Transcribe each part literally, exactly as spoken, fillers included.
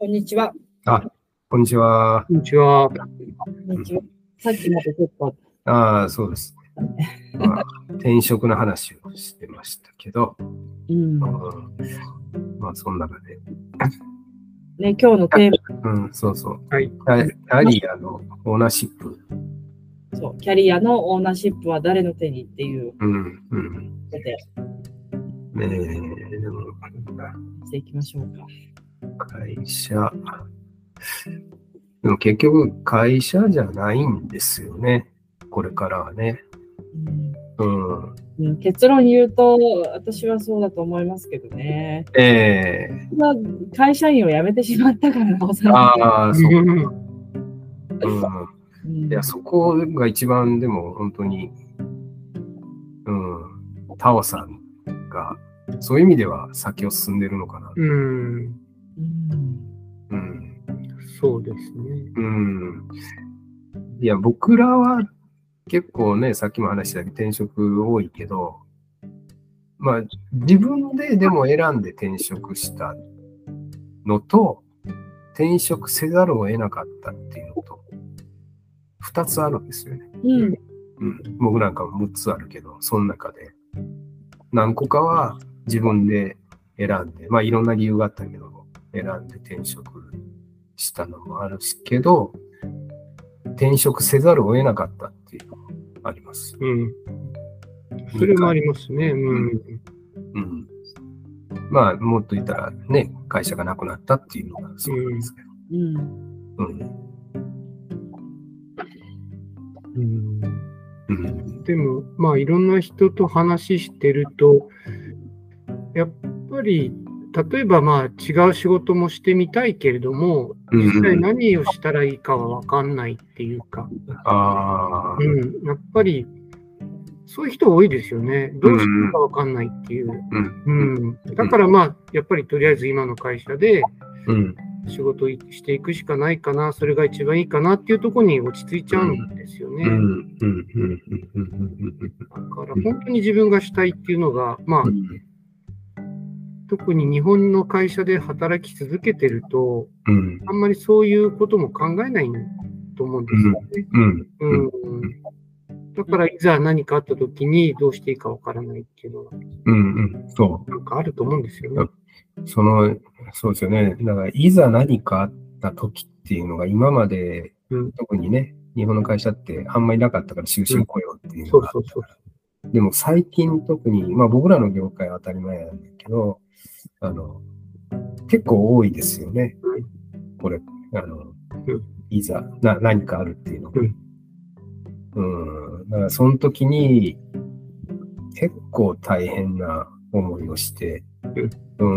こんにちは。 あ、こんにちは。 こんにちは。 こんにちは。さっきまでちょっと。 ああ、そうです。まあ、転職の話をしてましたけど、 うん。 うん、まあ、その中で。 ね、今日のテーマ。 うん、そうそう。 はい。 キャリアのオーナーシップ。 そう、キャリアのオーナーシップは誰の手にっていううん、うん。 ことで。 ねえ、でも、 していきましょうか。 会社。でも結局、会社じゃないんですよね。これからはね。うん。 うん、結論言うと、私はそうだと思いますけどね。 ええまあ、会社員を辞めてしまったからなおさら。 ああ、そう。うん。 うん、 いや、そこが一番でも本当に、うん、タオさんが、そういう意味では先を進んでるのかな。 うん。 うんうん。 そうですね。 うん。いや、僕らは結構ね、さっきも話したように転職多いけど、まあ、自分ででも選んで転職したのと、転職せざるを得なかったっていうのと、二つあるんですよね。 うんうん。僕なんかもむっつあるけど、その中で何個かは自分で選んで、まあいろんな理由があったけど、選んで転職したのもあるしけど、転職せざるを得なかったっていうのもあります。 うん。それもありますね。うん。 うん。まあ、もっと言ったらね、会社がなくなったっていうのがそうなんですけど。 うんうん。 うんうん。 でも、まあ、いろんな人と話してると、やっぱり、例えば、まあ、違う仕事もしてみたいけれども、実際何をしたらいいかは分かんないっていうか、 ああ。 うん、やっぱり、そういう人多いですよね。どうしていいか分かんないっていう。 うん。 うん、だから、まあ、やっぱりとりあえず今の会社でうん。 仕事をしていくしかないかな、それが一番いいかなっていうところに落ち着いちゃうんですよね。 うん。うん。うん。うん。 だから本当に自分がしたいっていうのが、まあ、特に日本の会社で働き続けてると、 うん。 あんまりそういうことも考えないと思うんですよね。 うん。 うんだからいざ何かあった時にどうしていいかわからないっていうのは、 うんうん、そう。 なんかあると思うんですよね。 その、そうですよね。だから、いざ何かあった時っていうのが今まで、 うん、 特にね、日本の会社ってあんまりなかったから終身雇用っていうそのが、 うそうそう。 でも最近特に、まあ僕らの業界は当たり前なんだけど、あの、結構多いですよね。これ、あの、 うんいざな何かあるっていうのが。 うんうん、だからその時に結構大変な思いをして、うん、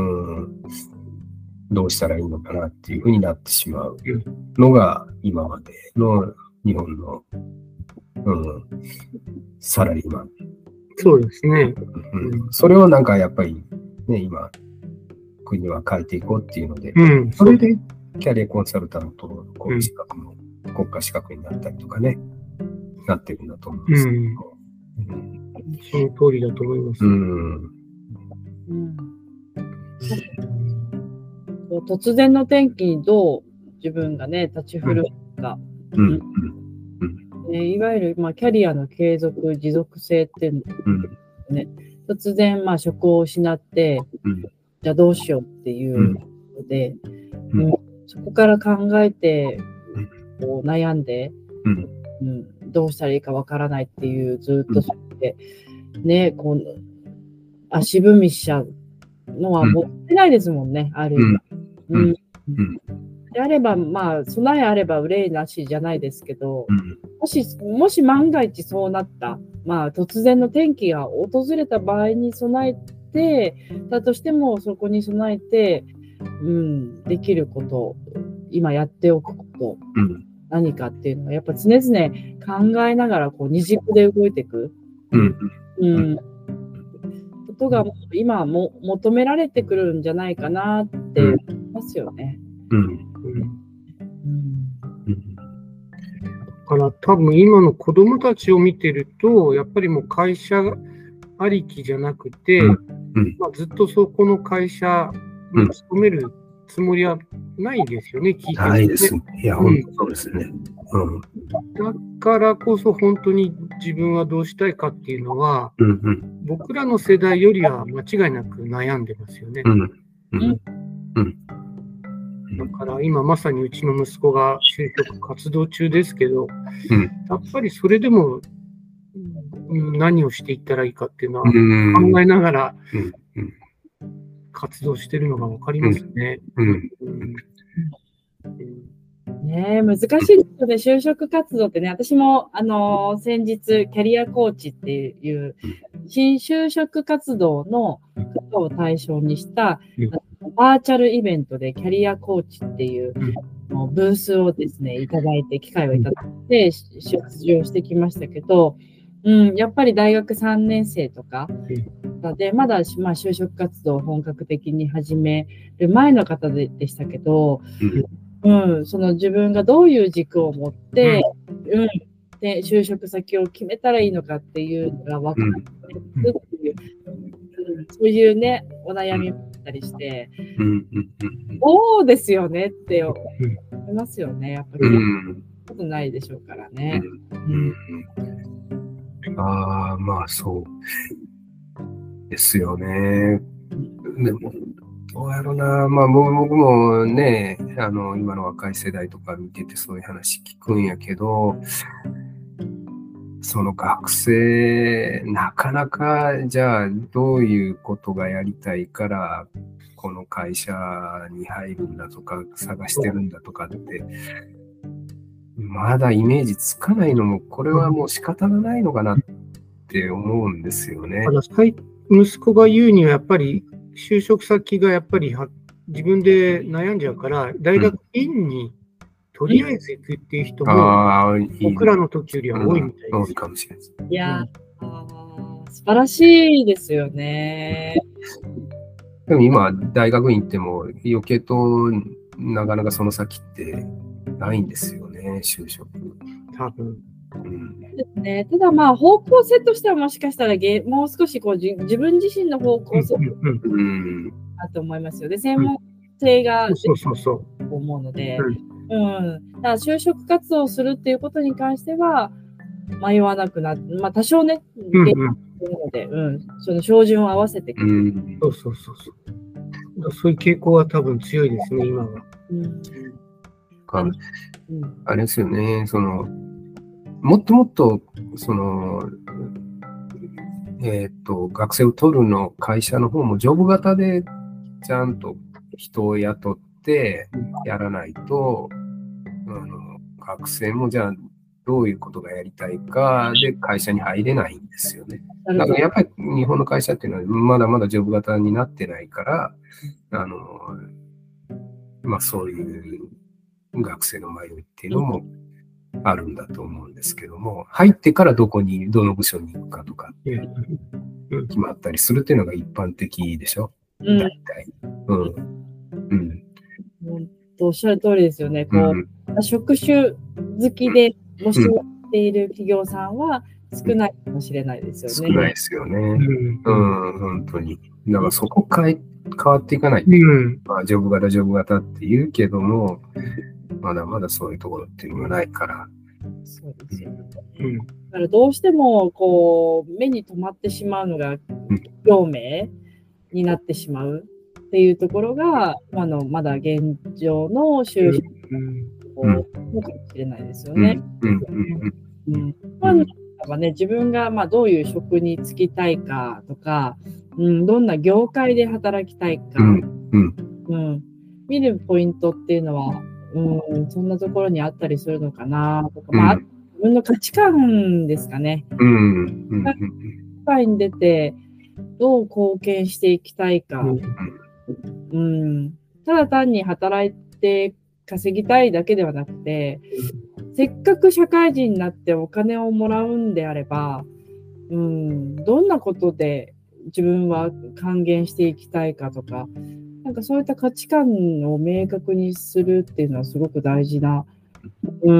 どうしたらいいのかなっていうふうになってしまうのが今までの日本の、うん、サラリーマン。 そうですね、 うん。それをなんかやっぱりね、今、国は変えていこうっていうので、 うん、 それでキャリアコンサルタントのこう資格も国家資格になったりとかね、なってるんだと思うんですけど。 うんうん、その通りだと思います。 うんうん突然の転機にどう自分がね、立ち振るか。 うんうんね、いわゆる、まあ、キャリアの継続、持続性っていうのね、うん、突然、まあ、職を失って、うん、じゃあどうしようっていうので、うんうん、そこから考えて、こう悩んで、うんうん、どうしたらいいかわからないっていう、ずっとそれで、ね、こう、足踏みしちゃうのはもってないですもんね、ある意味。うんうんうんであれば、まあ、備えあれば憂いなしじゃないですけど、うん、もし、もし万が一そうなった、まあ、突然の転機が訪れた場合に備えて、だとしても、そこに備えて、うん、できること、今やっておくこと、うん、何かっていうのは、やっぱ常々考えながら、こう、二軸で動いていく。うんうんことが今も求められてくるんじゃないかなって思いますよね。 うんうんうん、だから多分今の子どもたちを見てるとやっぱりもう会社ありきじゃなくて、うんうんまあ、ずっとそこの会社に勤めるつもりはないですよね、聞いてるとね。 ないですね。いや、本当そうですね。うん。 だからこそ本当に自分はどうしたいかっていうのは、 うんうん。 僕らの世代よりは間違いなく悩んでますよね。 うん。うん。うん。 だから今まさにうちの息子が就職活動中ですけど、 うん。 やっぱりそれでもうん何をしていったらいいかっていうのはうん。 考えながらうん。うん。 活動してるのが分かりますね。 うん。 うんねえ、難しいですよね、就職活動ってね。私も、あのー先日、キャリアコーチっていう、新就職活動の方を対象にした、バーチャルイベントでキャリアコーチっていう、もうブースをですね、いただいて、機会をいただいて、出場してきましたけど、うん、やっぱり大学さんねん生とかで、まだ、まあ、就職活動を本格的に始める前の方ででしたけど、うん、その自分がどういう軸を持って、うん、で就職先を決めたらいいのかっていうのが分かるっていう、うん、そういうね、お悩みもあったりして、 うん。 そうですよねって思いますよね。やっぱり、 うね、 ん。 ことないでしょうからね。 うんうん、ああ、まあそうですよね。でも、どうやろうな、まあ僕もね、あの、今の若い世代とか見ててそういう話聞くんやけど、その学生、なかなか、じゃあどういうことがやりたいから、この会社に入るんだとか、探してるんだとかって、まだイメージつかないのも、これはもう仕方がないのかなって思うんですよね。 息子が言うには、やっぱり就職先がやっぱりは自分で悩んじゃうから、大学院にとりあえず行くっていう人も、うん、僕らの時よりは多いみたいです。 うん、多いかもしれないです。 いや、うん、素晴らしいですよね。 でも今、大学院行っても余計となかなかその先ってないんですよね、就職。 多分。 うんですね、ただまあ方向性としてはもしかしたらもう少しこうじ自分自身の方向性だと思いますよね。専門性が出てくると思うので、うん、だから就職活動をするっていうことに関しては迷わなくなって、まあ多少ね、 うんうん、 ので、うん、その照準を合わせてくる、 うん。そうそうそうそう。そういう傾向は多分強いですね、今は。 うんあのうん、あれですよね、そのもっともっとその、えー、っと学生を取るの会社の方もジョブ型でちゃんと人を雇ってやらないと、うん、あの学生もじゃあどういうことがやりたいかで会社に入れないんですよね。だからやっぱり日本の会社っていうのはまだまだジョブ型になってないから、あのまあそういう学生の迷いっていうのもあるんだと思うんですけども、入ってからどこに、どの部署に行くかとか決まったりするっていうのが一般的でしょ、うん、大体。うん。うん。 本当おっしゃる通りですよね。こう、うん、職種好きで募集している企業さんは少ないかもしれないですよね。 少ないですよね。うん、うん、本当に。だからそこ変え、変わっていかないと、うん、まあ、ジョブ型、ジョブ型って言うけども、まだまだそういうところっていうのがないから。 そうですよね。うん、だからどうしてもこう目に留まってしまうのが業名になってしまうっていうところが、あのまだ現状の就職のかもしれないですよね。自分がまあどういう職に就きたいかとか、うん、どんな業界で働きたいか、うんうん、見るポイントっていうのはうん、そんなところにあったりするのかなとか、まあ、うん、自分の価値観ですかね。うん。社会に出てどう貢献していきたいか。うん。ただ単に働いて稼ぎたいだけではなくて、せっかく社会人になってお金をもらうんであれば、うん、どんなことで自分は還元していきたいかとか、なんかそういった価値観を明確にするっていうのはすごく大事な、うん、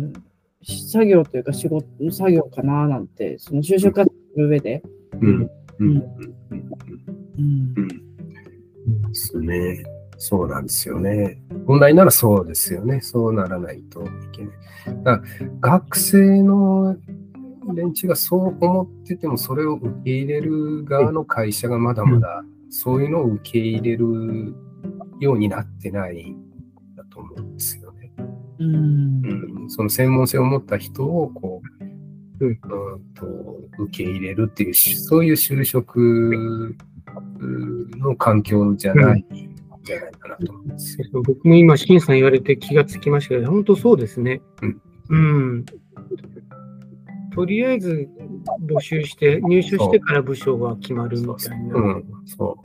作業というか仕事、作業かななんて、その就職活動する上で。 うん。うん。うん。うん。ですね。 そうなんですよね。本来ならそうですよね。そうならないといけない。だから学生の連中がそう思ってても、それを受け入れる側の会社がまだまだそういうのを受け入れるようになってないんだと思うんですよね。 うんうん、その専門性を持った人をこう、うん、と受け入れるっていう、そういう就職の環境じゃない。うんじゃないかなと思うんですよ。 僕も今、シンさん言われて気がつきましたけど、本当そうですね。うん。うん、とりあえず募集して、入所してから部署が決まるみたいな。 うん、そう。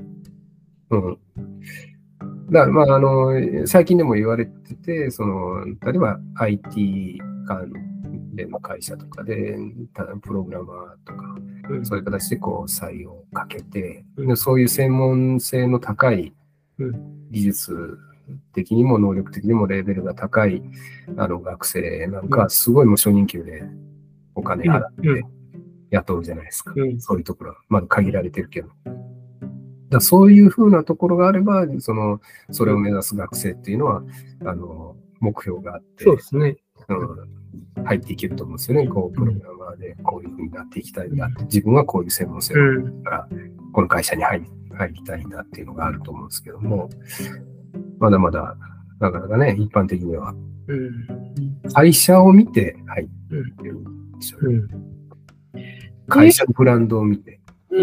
うん。だから、まあ、あの、最近でも言われてて、その、例えば アイティー 関連の会社とかで、プログラマーとか、うん、そういう形でこう採用をかけて、うん、そういう専門性の高い、技術的にも能力的にもレベルが高いあの学生なんかはすごいもう初任給でお金払って雇うじゃないですか。うん、そういうところはまだ限られてるけど。だそういうふうなところがあれば、その、それを目指す学生っていうのは、あの、目標があって、 そうですね。 うん、入っていけると思うんですよね。こう、プログラマーでこういうふうになっていきたいんだって、自分はこういう専門性を持ってから、この会社に入り入りたいんだっていうのがあると思うんですけども、まだまだ、なかなかね、一般的には、会社を見て入ってるんでしょうね。うん、会社のブランドを見て。 うん、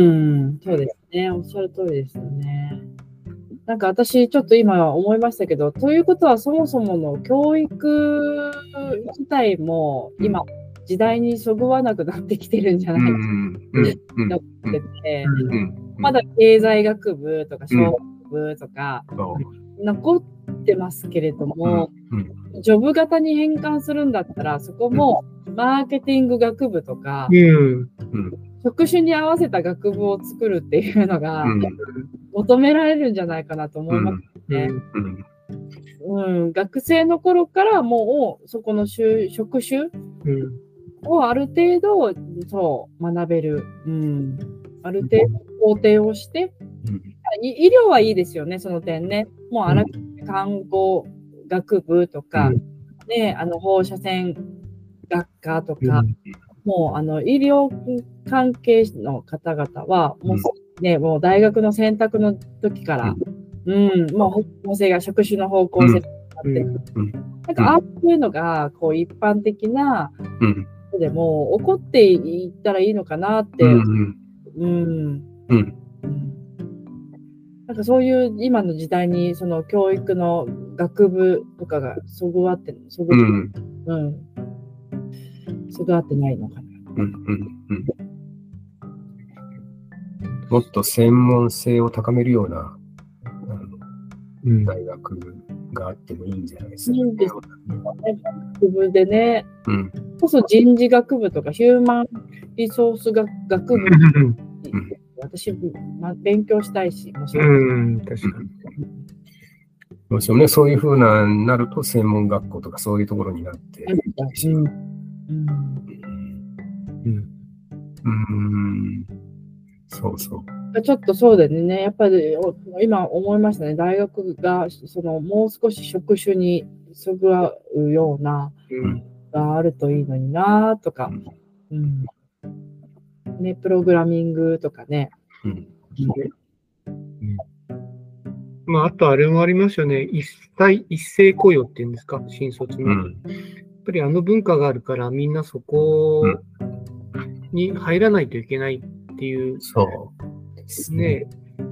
そうですね。おっしゃる通りですよね。なんか私、ちょっと今思いましたけど、ということはそもそもの教育自体も今、時代にそぐわなくなってきてるんじゃないかと思ってて、まだ経済学部とか商学部とか残ってますけれども、ジョブ型に変換するんだったら、そこもマーケティング学部とか、職種に合わせた学部を作るっていうのが求められるんじゃないかなと思いますね。うん、学生の頃からもうそこの職種をある程度そう学べる、うん、ある程度工程をして、うん、医療はいいですよね、その点ね。もうあらかじめ看護学部とか、うん、ね、あの放射線学科とか、うん、もうあの医療関係の方々はもう、ね、もう大学の選択の時から、うん、もう方向性が職種の方向性になってる。うん、なんかああいうのがこう一般的な、うんでも起こっていったらいいのかなって、うんうんうん、なんかそういう今の時代にその教育の学部とかがそぐわってそぐ、うんうん、そぐわってないのかな、うんうんうん、 もっと専門性を高めるようなあの、うん、大学があってもいいんじゃないですか、ね。いいんですよね。学部でね、うん、こそ人事学部とかヒューマンリソース学部、うん、私、まあ、勉強したいし、もしうん、確かに。 もちろんね、そういうふうななると専門学校とかそういうところになってしまう。うんうんうん、そうそう。 ちょっとそうだね。やっぱり今思いましたね。大学がそのもう少し職種にそぐわうような、うんがあるといいのになとか、うんね、プログラミングとかね。うんうんまあ、あとあれもありますよね。一体一斉雇用っていうんですか、新卒の、うん。やっぱりあの文化があるから、みんなそこに入らないといけないっていう、うん、 そうですね。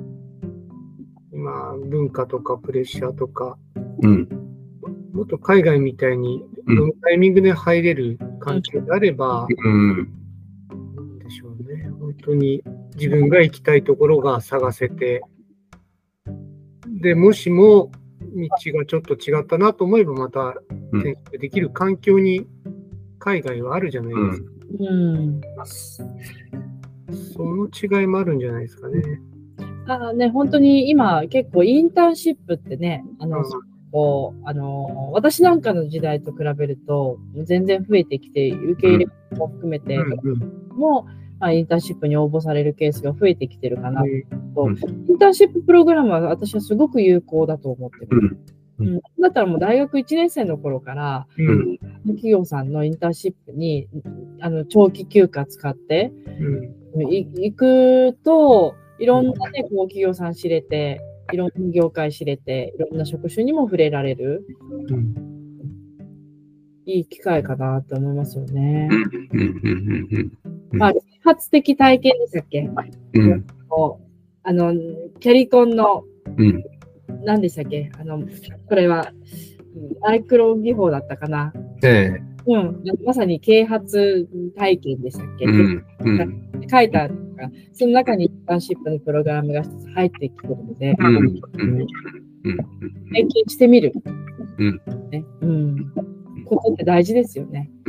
今、文化とかプレッシャーとか、うん、もっと海外みたいに、どのタイミングで入れる環境であれば、うん、なんでしょうね。本当に自分が行きたいところが探せて、で、もしも道がちょっと違ったなと思えば、また転職できる環境に海外はあるじゃないですか。うんうん、その違いもあるんじゃないですかね。 あね、本当に今結構インターンシップってね、あの、うんこうあの私なんかの時代と比べると全然増えてきて受け入れも含めて、うんうん、もうまあ、インターンシップに応募されるケースが増えてきてるかなと、 うん、 インターンシッププログラムは私はすごく有効だと思ってる。うんうん、だったらもう大学いちねん生の頃から、うん、企業さんのインターンシップにあの長期休暇使って、うん、行くと、いろんな、ね、こう企業さん知れて、いろんな業界知れて、いろんな職種にも触れられる、うん、いい機会かなと思いますよね。まあ、自発的体験でしたっけ、うん、あのキャリコンの、うん何でしたっけあの、これは、マイクロ技法だったかな。ええうん、まさに啓発体験でしたっけ、うんうん、書いた、その中にインターンシップのプログラムが一つ入ってきてるので、うんうん、体験してみる、うんねうん、ことって大事ですよね。 うん、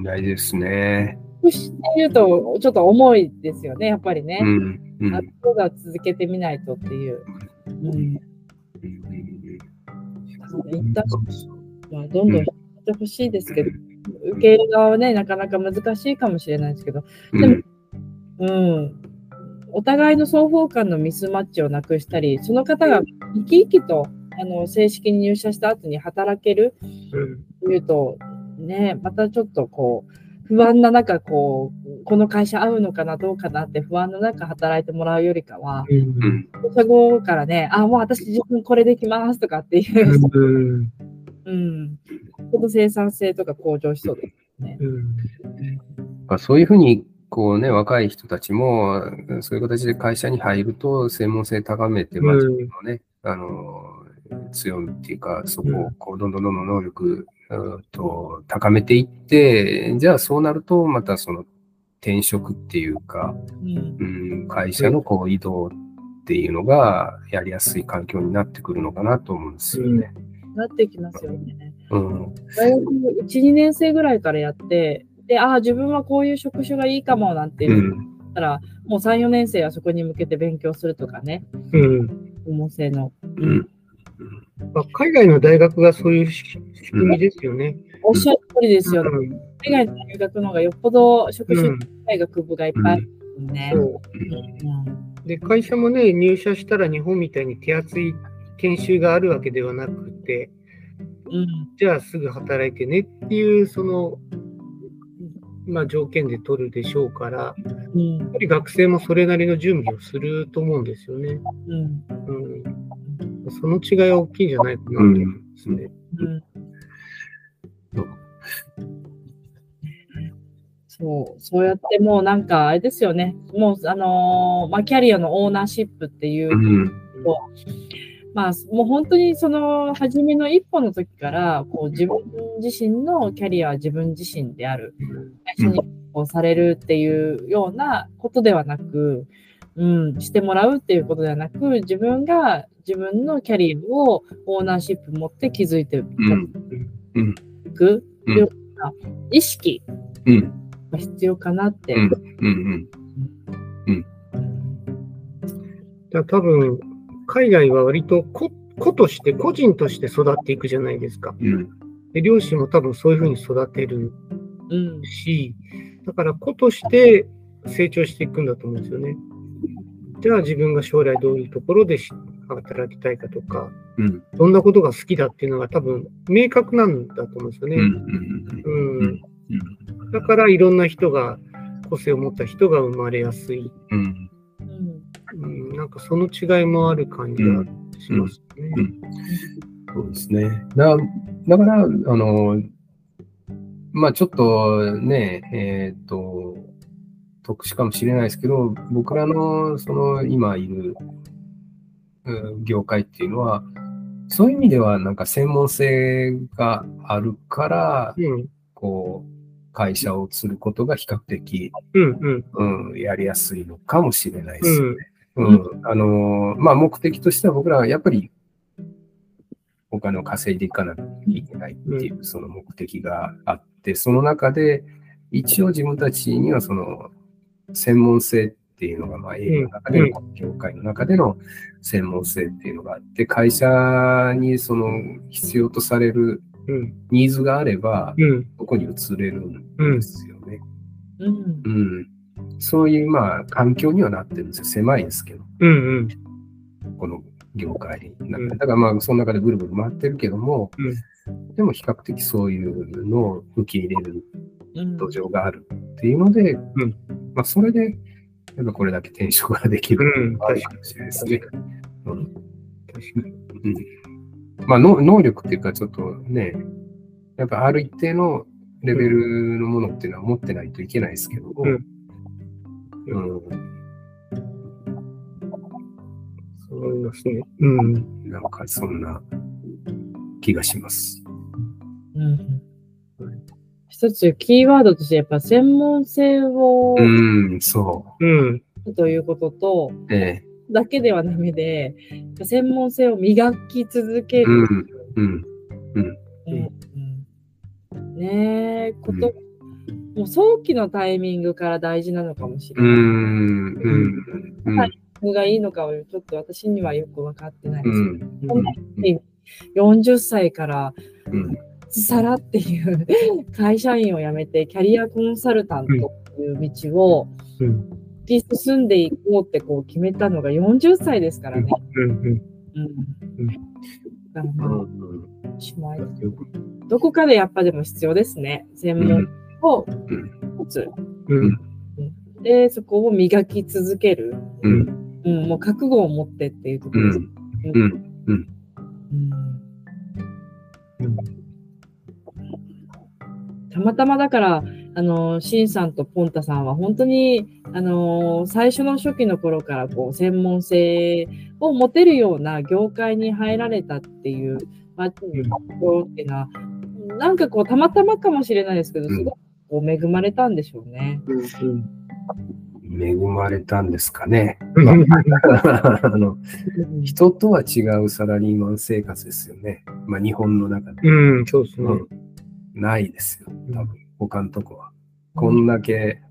大事ですね。 そうしてみると、ちょっと重いですよね、やっぱりね。うんうん、あとは続けてみないとっていう。うんインターンシップはどんどんやってほしいですけど、受け入れ側はね、なかなか難しいかもしれないですけど、でも、うん、お互いの双方間のミスマッチをなくしたり、その方が生き生きとあの正式に入社した後に働けるというと、ね、またちょっとこう、不安な中こう、この会社合うのかな、どうかなって不安な中働いてもらうよりかは、うん、そこからね、あ、もう私自分これできますとかっていう、うんうん、ちょっと生産性とか向上しそうですね。 うん、そういうふうにこうね、若い人たちもそういう形で会社に入ると専門性高めて、まあ、自分のね、あの強みっていうか、そこをこうどんどんどんどん能力と高めていって、じゃあそうなるとまたその転職っていうか、うんうん、会社のこう移動っていうのがやりやすい環境になってくるのかなと思うんですよね。 うん、なってきますよね。うん、大学いち、にねん生ぐらいからやって、で、ああ、自分はこういう職種がいいかもなんていうのったら、うん、もうさん、よねん生はそこに向けて勉強するとかね。うん。専門性の。うんまあ、海外の大学がそういう仕組みですよね。 うん、おっしゃる通りですよね。うん、海外の大学の方がよっぽど職種大学部がいっぱいあるんですね。 で、会社もね、入社したら日本みたいに手厚い研修があるわけではなくて、うん、じゃあすぐ働いてねっていう、その、まあ、条件で取るでしょうから、うん、やっぱり学生もそれなりの準備をすると思うんですよね。うんうん、その違いは大きいんじゃないかなと思いますね。うんうんそう、そうやってもうなんかあれですよね。もうあのー、まあキャリアのオーナーシップっていう、うん、まあもう本当にその初めの一歩の時からこう自分自身のキャリアは自分自身である、最初にこうされるっていうようなことではなく、うん、してもらうっていうことではなく、自分が自分のキャリアをオーナーシップ持って築いていくような意識。うん必要かなって。 多分海外は割と個、個として個人として育っていくじゃないですか。うん、で両親も多分そういうふうに育てるし、うん、だから個として成長していくんだと思うんですよね。じゃあ自分が将来どういうところで働きたいかとか、うん、どんなことが好きだっていうのが多分明確なんだと思うんですよね。うんだからいろんな人が、個性を持った人が生まれやすい。うんうん、なんかその違いもある感じがしますね。うんうん、 そうですね。だ, だから、あの、まあちょっとね、えっと、特殊かもしれないですけど、僕らのその今いる業界っていうのは、そういう意味ではなんか専門性があるから、うん、こう、会社を釣ることが比較的、うんうんうん、やりやすいのかもしれないですよね。うんうん、あのまあ、目的としては僕らはやっぱりお金を稼いでいかなきゃいけないっていうその目的があって、その中で一応自分たちにはその専門性っていうのが、まあ、営業の中での、業界の中での専門性っていうのがあって、会社にその必要とされるニーズがあれば、うん、そこに移れるんですよね。うん。うん、 そういうまあ環境にはなってるんですよ。狭いですけど。 うんうん。 この業界の中で。だからまあその中でぐるぐる回ってるけども、 うん、 でも比較的そういうのを受け入れる土壌があるっていうので、うん、まあそれで、やっぱこれだけ転職ができるっていうのがあるかもしれないですね。うん。確かに。うん。まあの能力っていうかちょっとね、やっぱある一定のレベルのものっていうのは持ってないといけないですけども、うん。うん、 そう思いますね。うん。 なんかそんな気がします。 うん。一つキーワードとしてやっぱ専門性を、 うん、そう。 うん。 ということと、 ええ、 だけではダメで、専門性を磨き続ける。 うん、うん、うん。 うん、ねえ、こと、うん、もう早期のタイミングから大事なのかもしれない。 うん、うん、 タイミングがいいのかはちょっと私にはよく分かってないですけど、 うん、 よんじゅっさいから、 うんさらっていう会社員を辞めてキャリアコンサルタントっていう道を突き進んでいこうってこう決めたのがよんじゅっさいですからね。だからまあ、しまいどこかでやっぱでも必要ですね。専門を持つ。うんうん、で、そこを磨き続ける。うんうん、もう覚悟を持ってっていうところです。うんうんうんうんたまたまだから、あの、シンさんとポンタさんは本当に、あの、最初の初期の頃からこう専門性を持てるような業界に入られたっていう、まあ、ところっていうのは、なんかこう、たまたまかもしれないですけど、すごくこう恵まれたんでしょうね。 うん、恵まれたんですかね。まあ、あの人とは違うサラリーマン生活ですよね。まあ、日本の中で。 うん、そうですね。 うんないですよ、多分、他のとこは。こんだけ、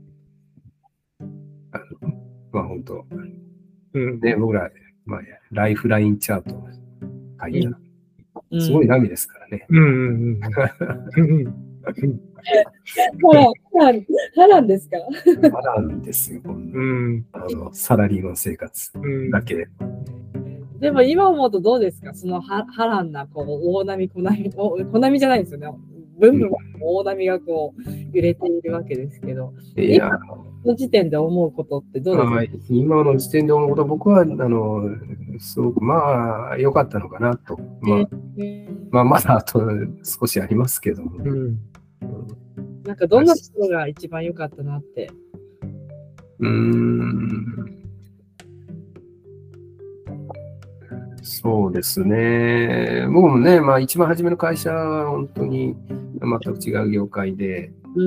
あの、まあ本当、うん、ね、僕ら、まあ、ライフラインチャートを書いたら、うん、すごい波ですからね。うんうんうん。 波乱ですか？ 波乱ですよ、うん、あのサラリーマン生活だけ。 うん、でも今思うとどうですか？その波乱なこう大波、小波、小波じゃないですよね。ブンブン大波がこう揺れているわけですけど、いや今の時点で思うことってどうですか？ 今の時点で思うことは、僕はあのすごくまあ良かったのかなと。まあ、えー、まあまだあと少しありますけども。うん、 なんかどんなところが一番良かったなって。 うーん。そうですね。僕もね、まあ一番初めの会社は本当に全く違う業界で、うん、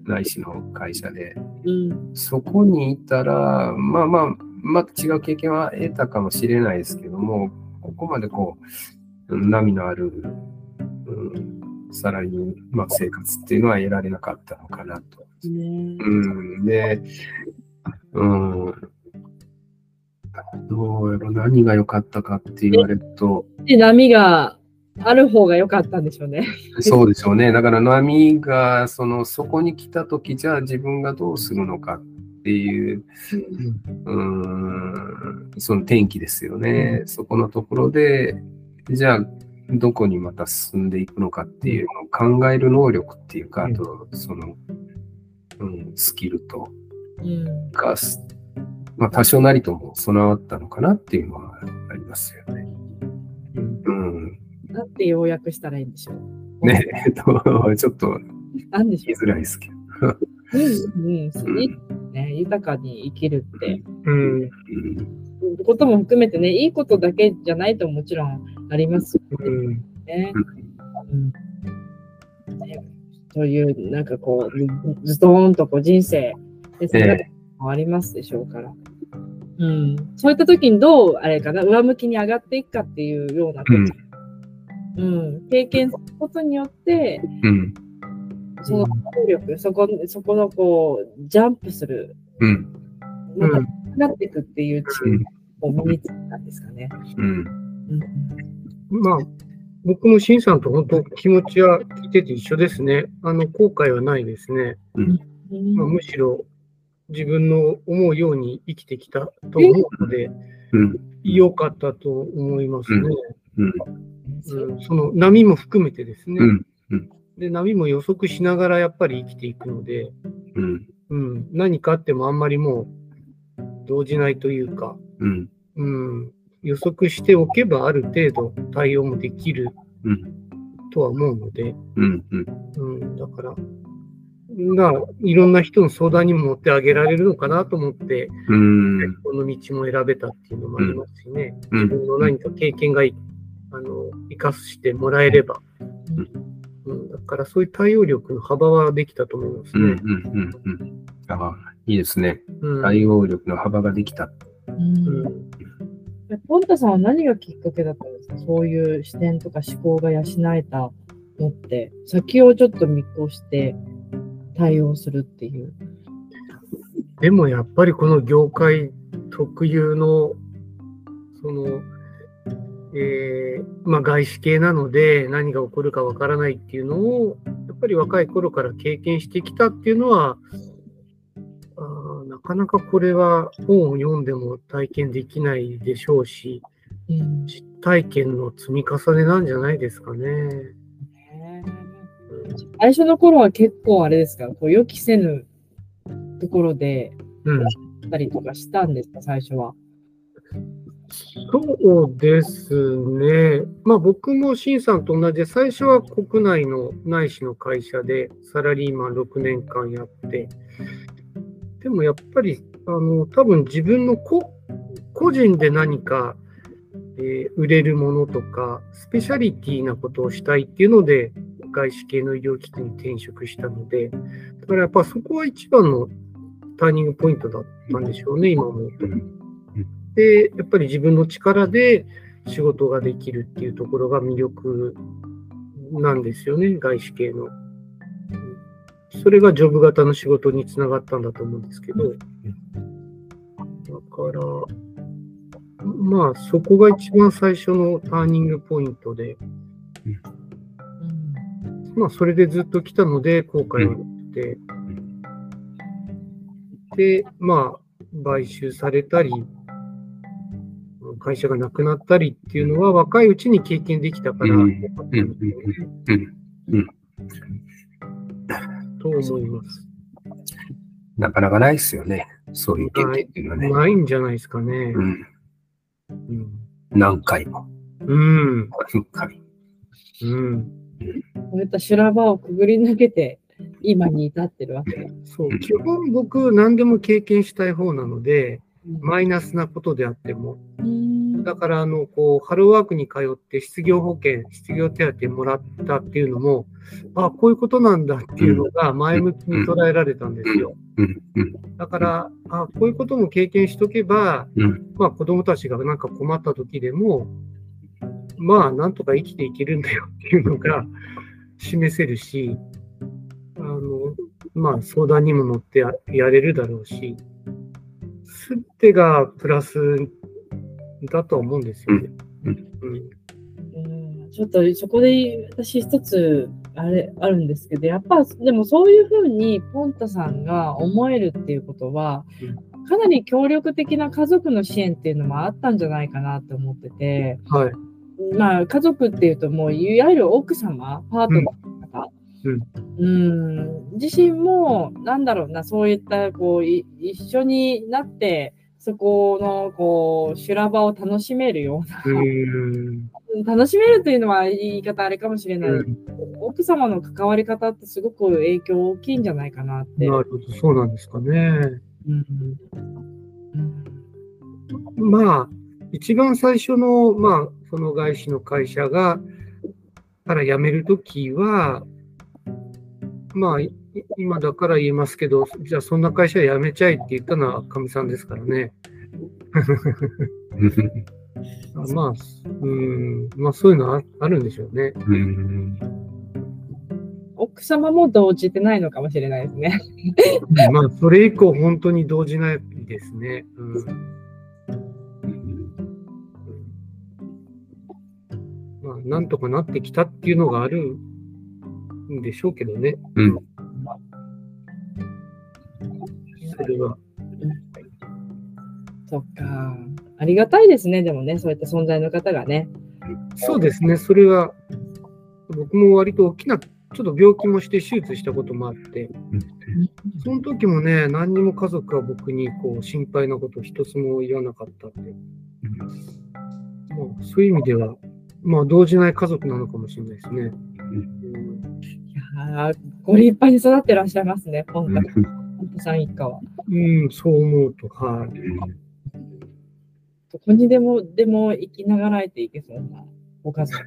内資の会社で、うん、そこにいたら、まあまあ、また違う経験は得たかもしれないですけども、ここまでこう、波のある、うん、サラリーマン生活っていうのは得られなかったのかなと。ね、うん、で、うんどうやろ何が良かったかって言われると。 波がある方が良かったんでしょうね。 そうでしょうね。だから波がそのそこに来たとき、じゃあ自分がどうするのかっていう、うん、その転機ですよね。うん、そこのところで、じゃあどこにまた進んでいくのかっていうのを考える能力っていうか、あとその、うん、スキルと、が、まあ、多少なりとも備わったのかなっていうのはありますよね。うん。 なんて要約したらいいんでしょう。 ねえ、ちょっと言いづらいですけど。 うん、うん、ね、豊かに生きるって、うん、ことも含めてね、いいことだけじゃないともちろんありますよね。うんうんね、そういうなんかこうズドーンとこう人生ですね。もありますでしょうから、うん、そういった時にどうあれかな上向きに上がっていくかっていうようなこと、うんうん、経験することによって、うん、その能力そこそこのこうジャンプする、うん、またなっていくっていう力を身につけたんですかね。うんうん、まあ僕もシンさんと本当気持ちは聞いてて一緒ですね。あの後悔はないですね。うんまあ、むしろ自分の思うように生きてきたと思うので、良、うん、かったと思いますね。うんうん、その波も含めてですね、うんうん、で。波も予測しながらやっぱり生きていくので、うんうん、何かあってもあんまりもう動じないというか、うんうん、予測しておけばある程度対応もできるとは思うので、うんうんうん、だからがいろんな人の相談にも乗ってあげられるのかなと思って、うん、この道も選べたっていうのもありますしね、うん、自分の何か経験があの生かしてもらえれば、うんうん、だからそういう対応力の幅はできたと思いますね。うんうんうんうん、 あいいですね、うん。対応力の幅ができた。うんうん、ポンタさんは何がきっかけだったんですか？そういう視点とか思考が養えたのって、先をちょっと見越して対応するっていう。 でもやっぱりこの業界特有のその、えーまあ、外資系なので何が起こるかわからないっていうのをやっぱり若い頃から経験してきたっていうのは、あなかなかこれは本を読んでも体験できないでしょうし、うん、実体験の積み重ねなんじゃないですかね。 最初の頃は結構あれですか、こう予期せぬところで、うん、ったりとかしたんですか、最初は。 そうですね。まあ僕もシンさんと同じで、最初は国内の内資の会社でサラリーマンろくねんかんやって、でもやっぱり、あの、多分自分の個人で何か、えー、売れるものとか、スペシャリティなことをしたいっていうので、外資系の医療機関に転職したので、だからやっぱそこは一番のターニングポイントだったんでしょうね、今思うと。で、やっぱり自分の力で仕事ができるっていうところが魅力なんですよね、外資系の。それがジョブ型の仕事につながったんだと思うんですけど、だから、まあそこが一番最初のターニングポイントで、まあそれでずっと来たので後悔はなくて、で、まあ買収されたり、会社がなくなったりっていうのは若いうちに経験できたから、と思います。 なかなかないですよね、そういう経験っていうのはね。 ないんじゃないですかね。 うんうん、何回も。 うん。 何回。 うん。 こういった修羅場をくぐり抜けて、今に至ってるわけです。 そう、基本僕、何でも経験したい方なので、マイナスなことであっても。だから、あの、こう、ハローワークに通って失業保険、失業手当もらったっていうのも、あ、こういうことなんだっていうのが前向きに捉えられたんですよ。だから、あ、こういうことも経験しとけば、まあ、子供たちがなんか困った時でも、まあ、なんとか生きていけるんだよっていうのが示せるし、あの、まあ、相談にも乗って や, やれるだろうし、すべてがプラスだと思うんですよね。うんうん、ちょっとそこで私一つあれあるんですけど、やっぱでもそういうふうにポンタさんが思えるっていうことは、かなり協力的な家族の支援っていうのもあったんじゃないかなと思ってて、 はい、 まあ家族っていうともういわゆる奥様、パートナーとか、うんうん、自身もなんだろうな、そういったこうい一緒になってそこのこう修羅場を楽しめるような、うん楽しめるというのは言い方あれかもしれない、うん、奥様の関わり方ってすごく影響大きいんじゃないかなって。 なるほど、そうなんですかね。うんうん、まあ一番最初のまあその外資の会社がから辞めるときは、まあ今だから言えますけど、じゃあそんな会社辞めちゃいって言ったのはかみさんですからね。まあ、うん、まあそういうのはあるんでしょうね。うん、 奥様も動じてないのかもしれないですね。 まあそれ以降本当に動じないですね。うんまあ、なんとかなってきたっていうのがあるんでしょうけどね。うん、 それは。 そっか。ありがたいですね、でもね、そういった存在の方がね。 そうですね、それは、僕も割と大きな、ちょっと病気もして手術したこともあって、その時もね、何にも家族は僕にこう心配なこと一つも言わなかったんで、まあ、そういう意味では、まあ、動じない家族なのかもしれないですね。うん、 いやー、ご立派に育ってらっしゃいますね、ポンタさん一家は。 うん、そう思うと、はい。 どこにでも、でも生きながらえていけそうなご家族。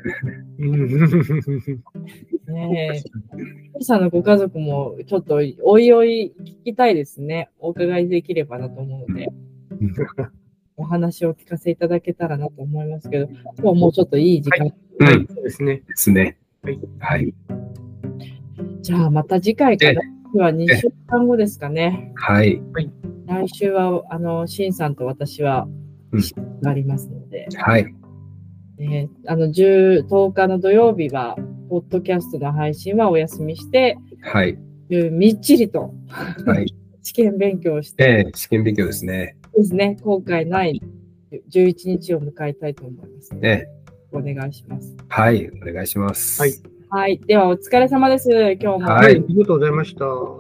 ねえ。ポンさんのご家族もちょっとおいおい聞きたいですね。お伺いできればなと思うので。お話を聞かせいただけたらなと思いますけど、今日もうちょっといい時間。 はい、はい、そうですね。 ですね。 はい。 はい、 じゃあまた次回からはにしゅうかんごですかね。 はい。 来週は、あの、しんさんと私は、がありますので。 うん、はい。 えー、あの、じゅう、とおかの土曜日は、ポッドキャストの配信はお休みして、 はい。 みっちりと、 はい、 試験勉強をして、 えー、試験勉強ですね。 ですね、後悔ないじゅういちにちを迎えたいと思いますので、お願いします。 はい、お願いします。 はい。 はい。では、お疲れ様です。今日も。 はい、ありがとうございました。 はい。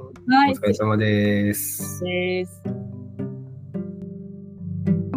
お疲れ様です。 です。